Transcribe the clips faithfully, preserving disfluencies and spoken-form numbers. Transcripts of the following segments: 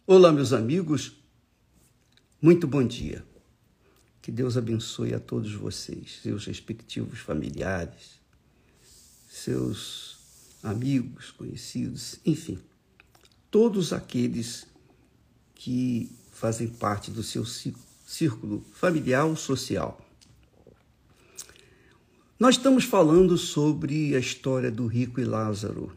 Olá, meus amigos, muito bom dia. Que Deus abençoe a todos vocês, seus respectivos familiares, seus amigos, conhecidos, enfim, todos aqueles que fazem parte do seu círculo familiar ou social. Nós estamos falando sobre a história do rico e Lázaro.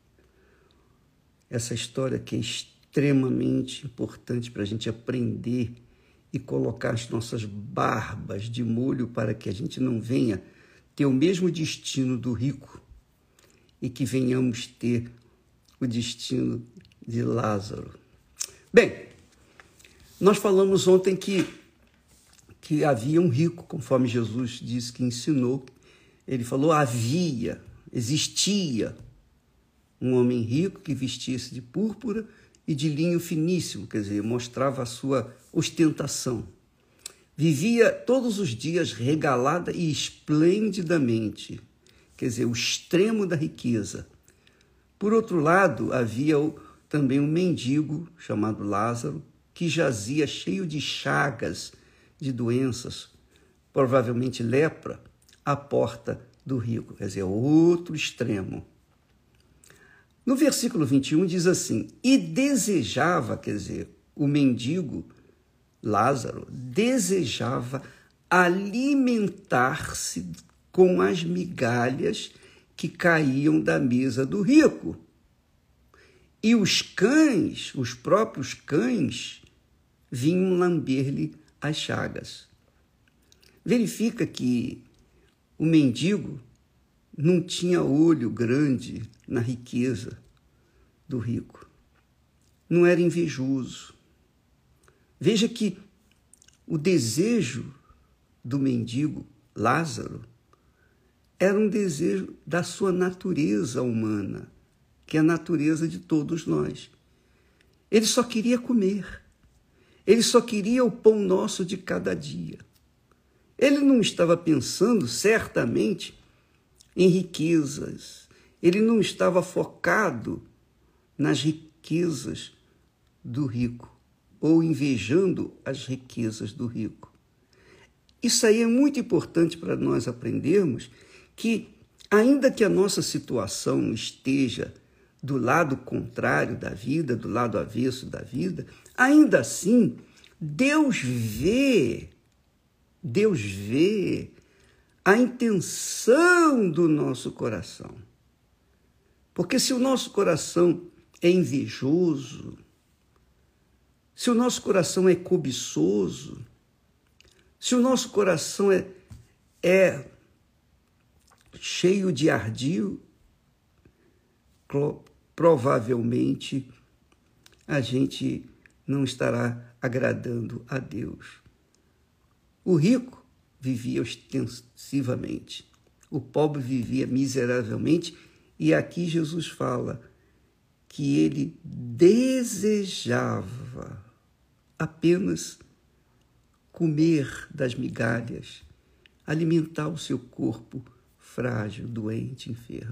Essa história que é extremamente importante para a gente aprender e colocar as nossas barbas de molho para que a gente não venha ter o mesmo destino do rico e que venhamos ter o destino de Lázaro. Bem, nós falamos ontem que, que havia um rico, conforme Jesus disse que ensinou. Ele falou, havia, existia um homem rico que vestia-se de púrpura e de linho finíssimo, quer dizer, mostrava a sua ostentação. Vivia todos os dias regalada e esplendidamente, quer dizer, o extremo da riqueza. Por outro lado, havia também um mendigo chamado Lázaro, que jazia cheio de chagas, de doenças, provavelmente lepra, à porta do rico, quer dizer, outro extremo. No versículo vinte e um diz assim, e desejava, quer dizer, o mendigo Lázaro, desejava alimentar-se com as migalhas que caíam da mesa do rico. E os cães, os próprios cães, vinham lamber-lhe as chagas. Verifica que o mendigo não tinha olho grande na riqueza do rico. Não era invejoso. Veja que o desejo do mendigo Lázaro era um desejo da sua natureza humana, que é a natureza de todos nós. Ele só queria comer. Ele só queria o pão nosso de cada dia. Ele não estava pensando, certamente, em riquezas. Ele não estava focado nas riquezas do rico ou invejando as riquezas do rico. Isso aí é muito importante para nós aprendermos que, ainda que a nossa situação esteja do lado contrário da vida, do lado avesso da vida, ainda assim, Deus vê, Deus vê a intenção do nosso coração. Porque se o nosso coração é invejoso, se o nosso coração é cobiçoso, se o nosso coração é, é cheio de ardil, provavelmente a gente não estará agradando a Deus. O rico vivia ostensivamente, o pobre vivia miseravelmente, e aqui Jesus fala que ele desejava apenas comer das migalhas, alimentar o seu corpo frágil, doente, enfermo.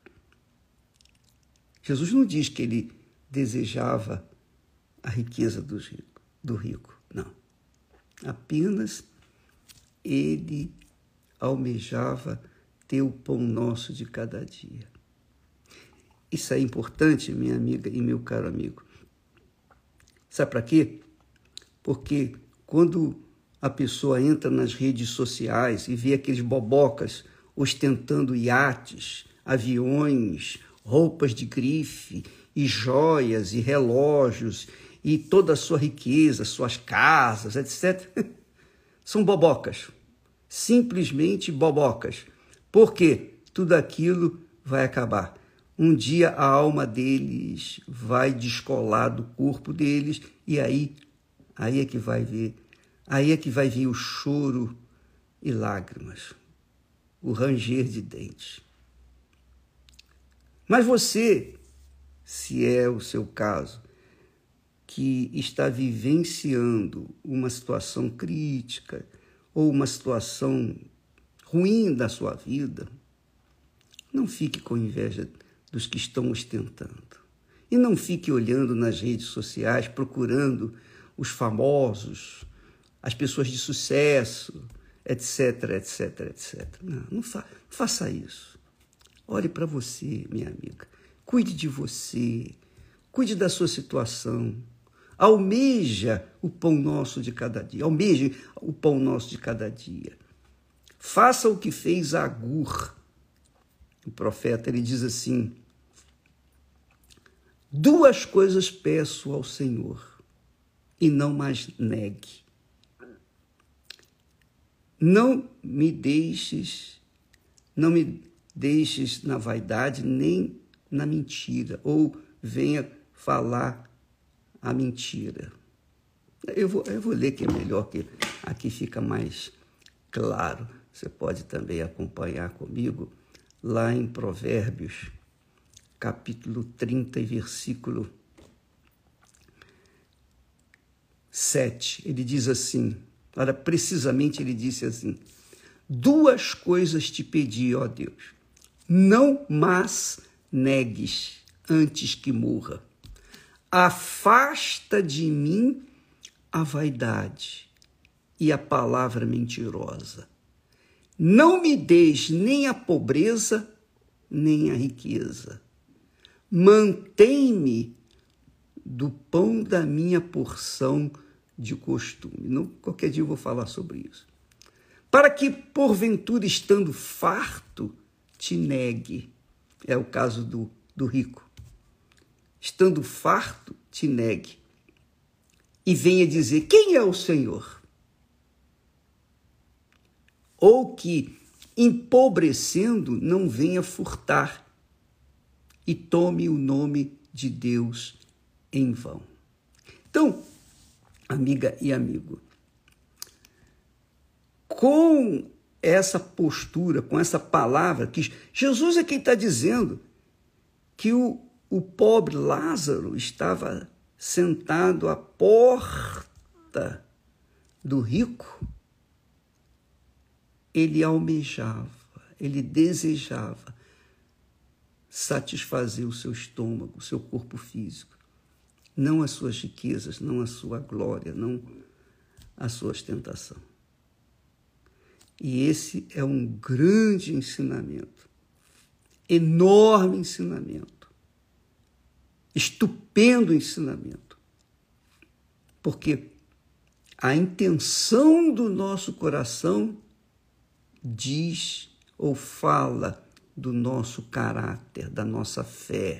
Jesus não diz que ele desejava a riqueza do rico, do rico, não. Apenas ele almejava ter o pão nosso de cada dia. Isso é importante, minha amiga e meu caro amigo. Sabe para quê? Porque quando a pessoa entra nas redes sociais e vê aqueles bobocas ostentando iates, aviões, roupas de grife, e joias, e relógios, e toda a sua riqueza, suas casas, etcétera, são bobocas. Simplesmente bobocas. Por quê? Tudo aquilo vai acabar. Um dia a alma deles vai descolar do corpo deles e aí, aí é que vai ver, aí é que vai vir o choro e lágrimas, o ranger de dentes. Mas você, se é o seu caso, que está vivenciando uma situação crítica ou uma situação ruim da sua vida, não fique com inveja dos que estão ostentando. E não fique olhando nas redes sociais, procurando os famosos, as pessoas de sucesso, etc, etc, etcétera. Não, não, fa- não faça isso. Olhe para você, minha amiga. Cuide de você. Cuide da sua situação. Almeja o pão nosso de cada dia. Almeje o pão nosso de cada dia. Faça o que fez Agur. O profeta, ele diz assim: duas coisas peço ao Senhor, e não mais negue. Não me deixes, não me deixes na vaidade nem na mentira, ou venha falar a mentira. Eu vou, eu vou ler que é melhor, que aqui fica mais claro. Você pode também acompanhar comigo lá em Provérbios, capítulo trinta e versículo sete. Ele diz assim, olha, precisamente ele disse assim: duas coisas te pedi, ó Deus, não mas negues antes que morra. Afasta de mim a vaidade e a palavra mentirosa. Não me deis nem a pobreza, nem a riqueza. Mantém-me do pão da minha porção de costume. Não, qualquer dia eu vou falar sobre isso. Para que, porventura, estando farto, te negue. É o caso do, do rico. Estando farto, te negue. E venha dizer: quem é o Senhor? Ou que, empobrecendo, não venha furtar e tome o nome de Deus em vão. Então, amiga e amigo, com essa postura, com essa palavra, que Jesus é quem está dizendo que o, o pobre Lázaro estava sentado à porta do rico, ele almejava, ele desejava satisfazer o seu estômago, o seu corpo físico, não as suas riquezas, não a sua glória, não a sua ostentação. E esse é um grande ensinamento, enorme ensinamento, estupendo ensinamento, porque a intenção do nosso coração diz ou fala do nosso caráter, da nossa fé,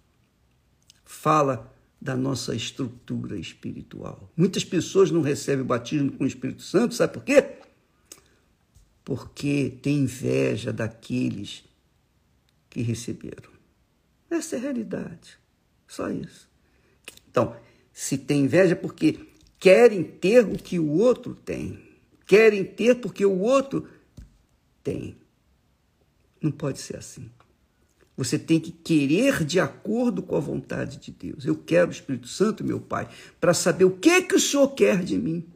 fala da nossa estrutura espiritual. Muitas pessoas não recebem o batismo com o Espírito Santo, sabe por quê? Porque tem inveja daqueles que receberam. Essa é a realidade, só isso. Então, se tem inveja é porque querem ter o que o outro tem, querem ter porque o outro tem. Não pode ser assim. Você tem que querer de acordo com a vontade de Deus. Eu quero o Espírito Santo, meu Pai, para saber o que, que o Senhor quer de mim.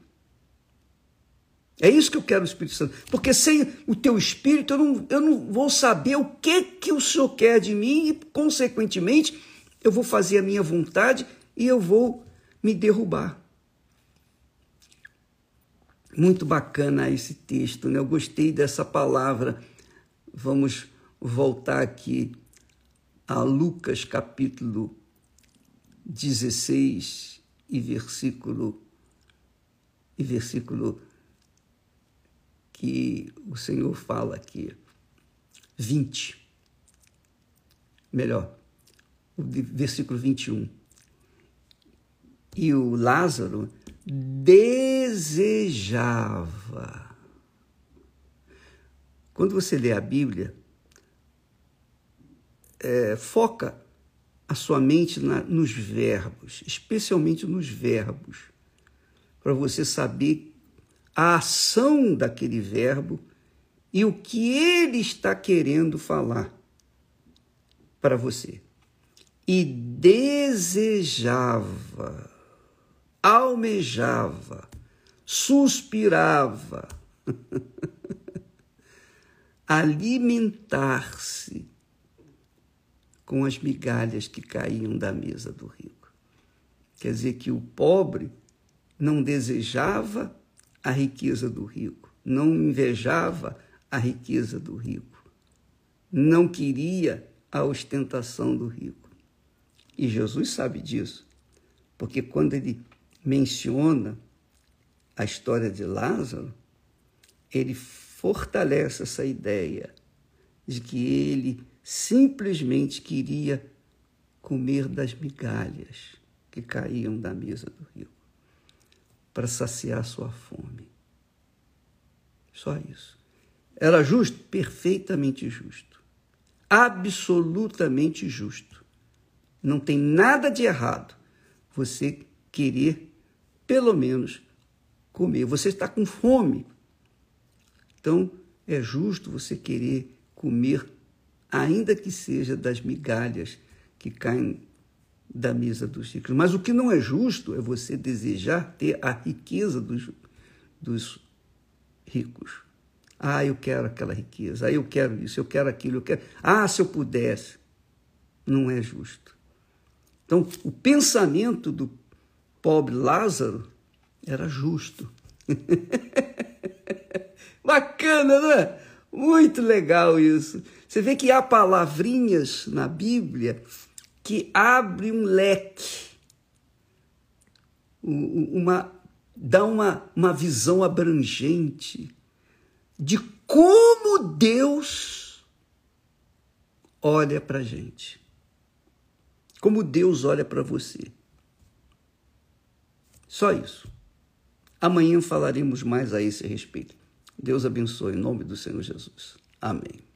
É isso que eu quero o Espírito Santo. Porque sem o teu Espírito, eu não, eu não vou saber o que, que o Senhor quer de mim e, consequentemente, eu vou fazer a minha vontade e eu vou me derrubar. Muito bacana esse texto, né? Eu gostei dessa palavra. Vamos voltar aqui a Lucas, capítulo dezesseis e versículo, e versículo que o Senhor fala aqui, vinte. Melhor, o versículo vinte e um. E o Lázaro desejava. Quando você lê a Bíblia, é, foca a sua mente na, nos verbos, especialmente nos verbos, para você saber a ação daquele verbo e o que ele está querendo falar para você. E desejava, almejava, suspirava, alimentar-se com as migalhas que caíam da mesa do rico. Quer dizer que o pobre não desejava a riqueza do rico, não invejava a riqueza do rico, não queria a ostentação do rico. E Jesus sabe disso, porque quando ele menciona a história de Lázaro, ele fortalece essa ideia de que ele simplesmente queria comer das migalhas que caíam da mesa do rico, para saciar sua fome. Só isso. Era justo? Perfeitamente justo. Absolutamente justo. Não tem nada de errado você querer, pelo menos, comer. Você está com fome. Então, é justo você querer comer, ainda que seja das migalhas que caem da mesa dos ricos. Mas o que não é justo é você desejar ter a riqueza dos, dos ricos. Ah, eu quero aquela riqueza. Ah, eu quero isso, eu quero aquilo, eu quero... Ah, se eu pudesse. Não é justo. Então, o pensamento do pobre Lázaro era justo. Bacana, né? Muito legal isso. Você vê que há palavrinhas na Bíblia que abrem um leque, uma, dá uma, uma visão abrangente de como Deus olha para a gente, como Deus olha para você. Só isso. Amanhã falaremos mais a esse respeito. Deus abençoe em nome do Senhor Jesus. Amém.